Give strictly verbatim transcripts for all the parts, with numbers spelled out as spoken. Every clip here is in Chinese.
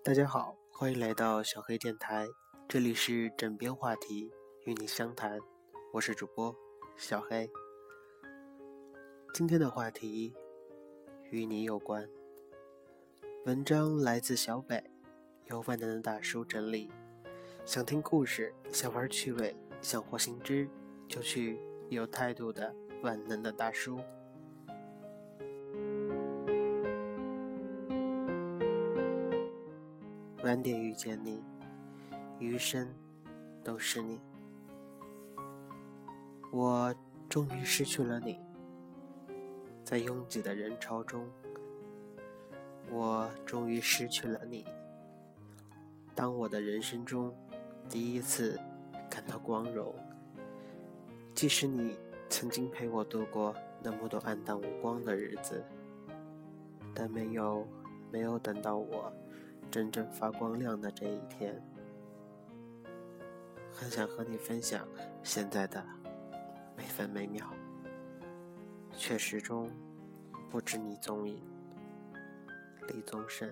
大家好，欢迎来到小黑电台，这里是枕边话题，与你相谈，我是主播小黑。今天的话题与你有关，文章来自小北，由万能的大叔整理。想听故事，想玩趣味，想获新知，就去有态度的万能的大叔。晚点遇见你，余生都是你。我终于失去了你，在拥挤的人潮中，我终于失去了你。当我的人生中第一次感到光荣，即使你曾经陪我度过那么多暗淡无光的日子，但没有没有等到我真正发光亮的这一天。很想和你分享现在的每分每秒，却始终不知你踪影。李宗盛。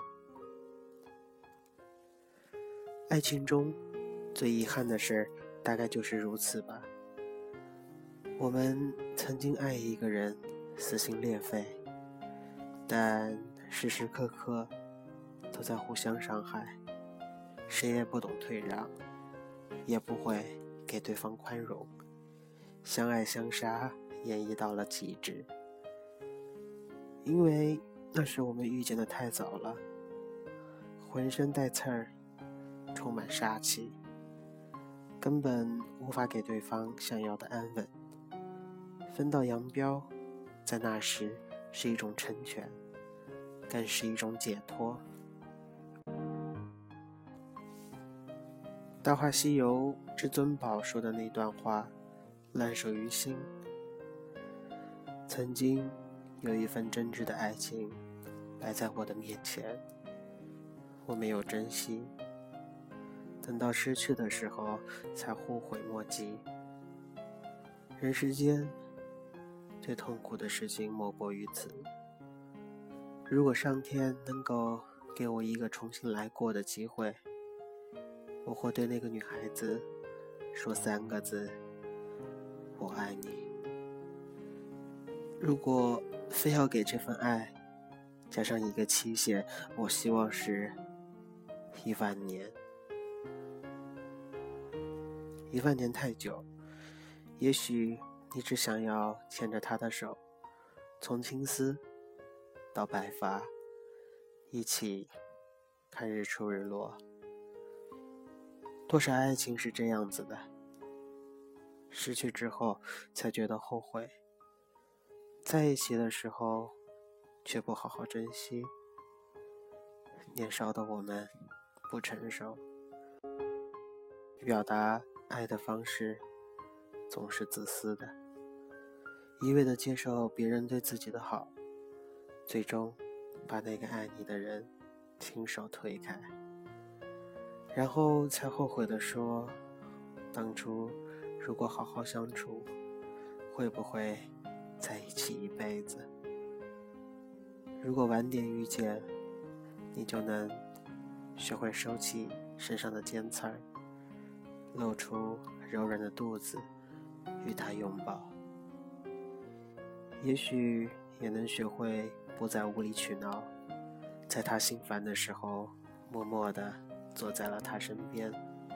爱情中最遗憾的事大概就是如此吧。我们曾经爱一个人撕心裂肺，但时时刻刻都在互相伤害，谁也不懂退让，也不会给对方宽容，相爱相杀演绎到了极致。因为那时我们遇见的太早了，浑身带刺儿，充满杀气，根本无法给对方想要的安稳。分道扬镳在那时是一种成全，更是一种解脱。大话西游至尊宝说的那段话烂熟于心。曾经有一份真挚的爱情摆在我的面前，我没有珍惜，等到失去的时候才后悔莫及。人世间最痛苦的事情莫过于此。如果上天能够给我一个重新来过的机会，我会对那个女孩子说三个字：我爱你。如果非要给这份爱加上一个期限，我希望是一万年。一万年太久，也许你只想要牵着她的手，从青丝到白发，一起看日出日落。多少爱情是这样子的，失去之后才觉得后悔，在一起的时候却不好好珍惜。年少的我们不成熟，表达爱的方式总是自私的，一味的接受别人对自己的好，最终把那个爱你的人亲手推开，然后才后悔地说，当初如果好好相处，会不会在一起一辈子。如果晚点遇见，你就能学会收起身上的尖刺儿，露出柔软的肚子与他拥抱。也许也能学会不再无理取闹，在他心烦的时候默默地坐在了他身边。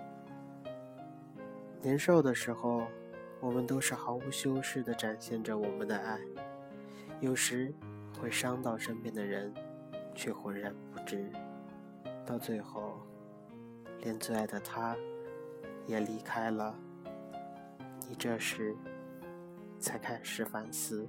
年少的时候，我们都是毫无修饰地展现着我们的爱，有时会伤到身边的人，却浑然不知，到最后连最爱的他也离开了，你这时才开始反思。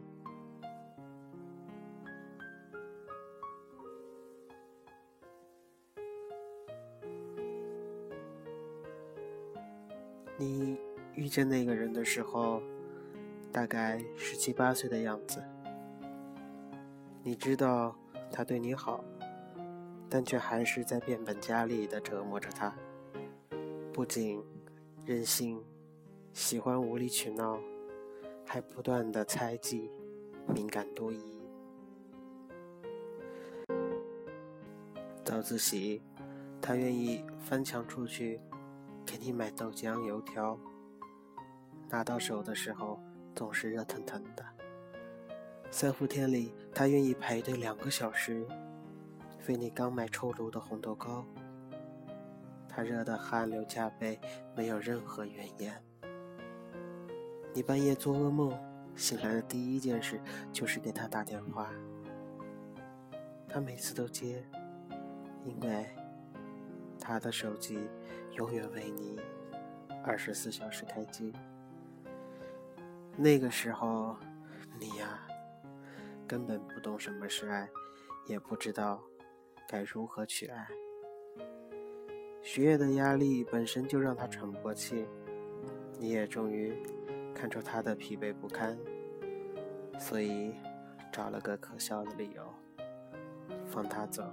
你遇见那个人的时候，大概十七八岁的样子。你知道他对你好，但却还是在变本加厉地折磨着他。不仅任性，喜欢无理取闹，还不断地猜忌，敏感多疑。早自习他愿意翻墙出去给你买豆浆油条，拿到手的时候总是热腾腾的。三伏天里，他愿意排队两个小时为你刚买出炉的红豆糕，他热得汗流浃背，没有任何怨言。你半夜做噩梦，醒来的第一件事就是给他打电话，他每次都接，因为他的手机永远为你二十四小时开机。那个时候你呀，根本不懂什么是爱，也不知道该如何去爱。学业的压力本身就让他喘不过气，你也终于看出他的疲惫不堪，所以找了个可笑的理由放他走。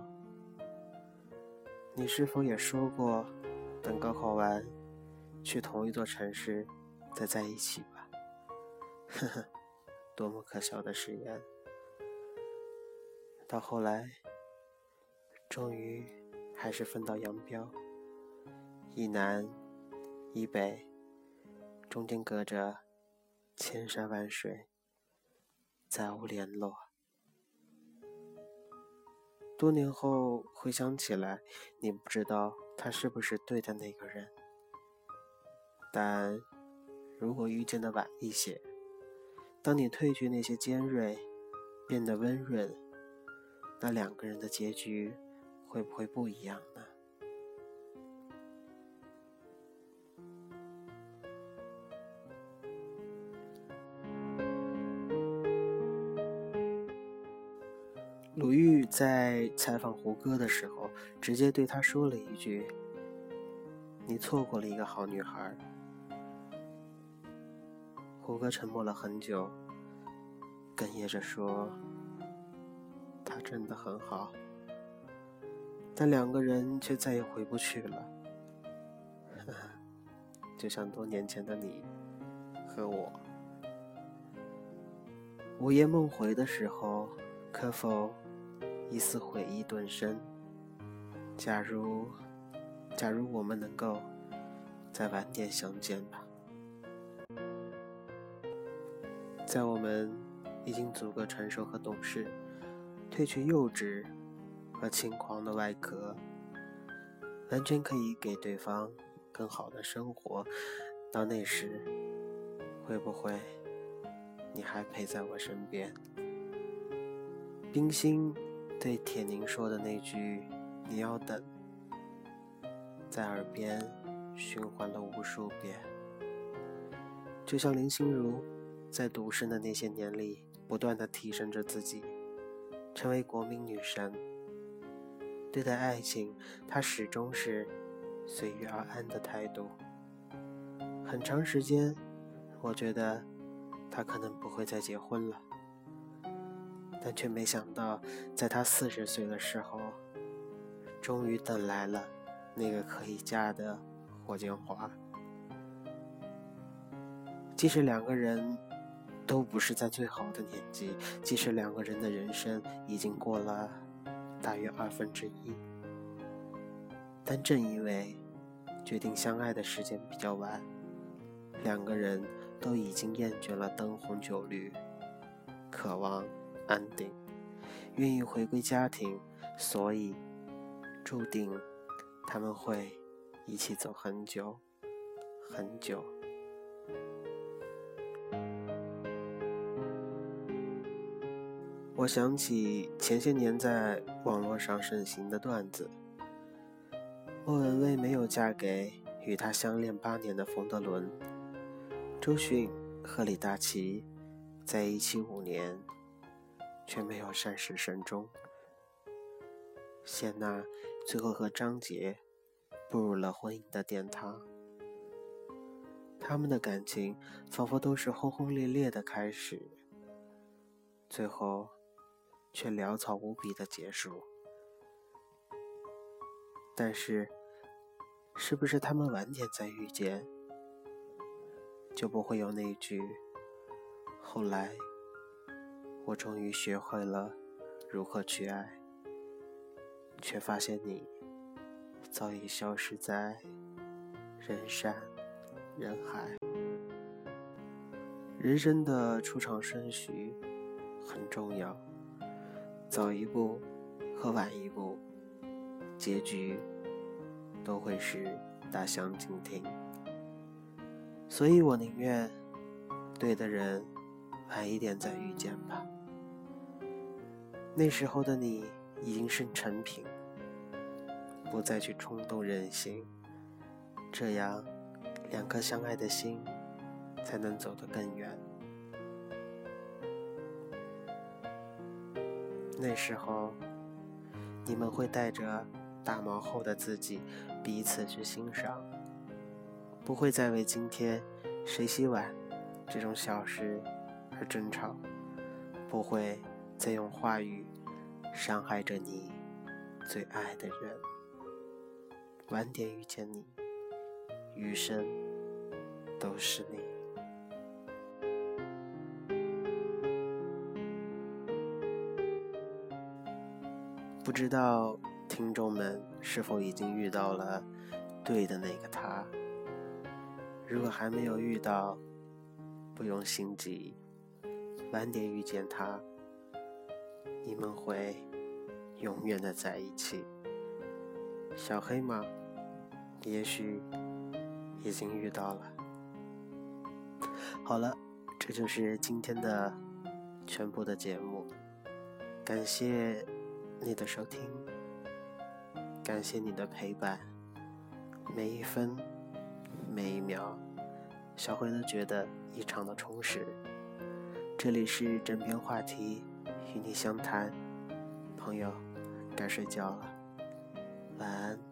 你是否也说过，等高考完去同一座城市再在一起吧？呵呵，多么可笑的誓言。到后来终于还是分道扬镳，一南一北，中间隔着千山万水，再无联络。多年后回想起来，你不知道他是不是对的那个人，但如果遇见的晚一些，当你褪去那些尖锐，变得温润，那两个人的结局会不会不一样呢？鲁豫在采访胡歌的时候，直接对他说了一句：你错过了一个好女孩。胡歌沉默了很久，哽咽着说，她真的很好，但两个人却再也回不去了。就像多年前的你和我。午夜梦回的时候，可否一丝悔意顿生？假如假如我们能够再晚点相见吧。在我们已经足够成熟和懂事，褪去幼稚和轻狂的外壳，完全可以给对方更好的生活。到那时，会不会你还陪在我身边？冰心对铁凝说的那句你要等，在耳边循环了无数遍。就像林心如在独身的那些年里，不断地提升着自己，成为国民女神。对待爱情，她始终是随遇而安的态度。很长时间，我觉得她可能不会再结婚了，但却没想到，在她四十岁的时候，终于等来了那个可以嫁的霍建华。即使两个人都不是在最好的年纪，即使两个人的人生已经过了大约二分之一，但正因为决定相爱的时间比较晚，两个人都已经厌倦了灯红酒绿，渴望安定，愿意回归家庭，所以注定他们会一起走很久很久。我想起前些年在网络上盛行的段子，莫文蔚没有嫁给与她相恋八年的冯德伦，周迅和李大齐在一起五年，却没有善始善终。谢娜最后和张杰步入了婚姻的殿堂，他们的感情仿佛都是轰轰烈烈的开始，最后却潦草无比的结束。但是是不是他们晚点再遇见，就不会有那句后来我终于学会了如何去爱，却发现你早已消失在人山人海。人生的出场顺序很重要，早一步和晚一步，结局都会是大相径庭。所以我宁愿对的人晚一点再遇见吧。那时候的你已经是成品，不再去冲动任性，这样两颗相爱的心才能走得更远。那时候你们会带着大毛后的自己彼此去欣赏，不会再为今天谁洗碗这种小事而争吵，不会再用话语伤害着你最爱的人。晚点遇见你，余生都是你。不知道听众们是否已经遇到了对的那个他？如果还没有遇到，不用心急，晚点遇见他，你们会永远的在一起。小黑吗？也许已经遇到了。好了，这就是今天的全部的节目，感谢你的收听，感谢你的陪伴，每一分每一秒，小黑都觉得异常的充实。这里是枕边话题，与你相谈。朋友，该睡觉了，晚安。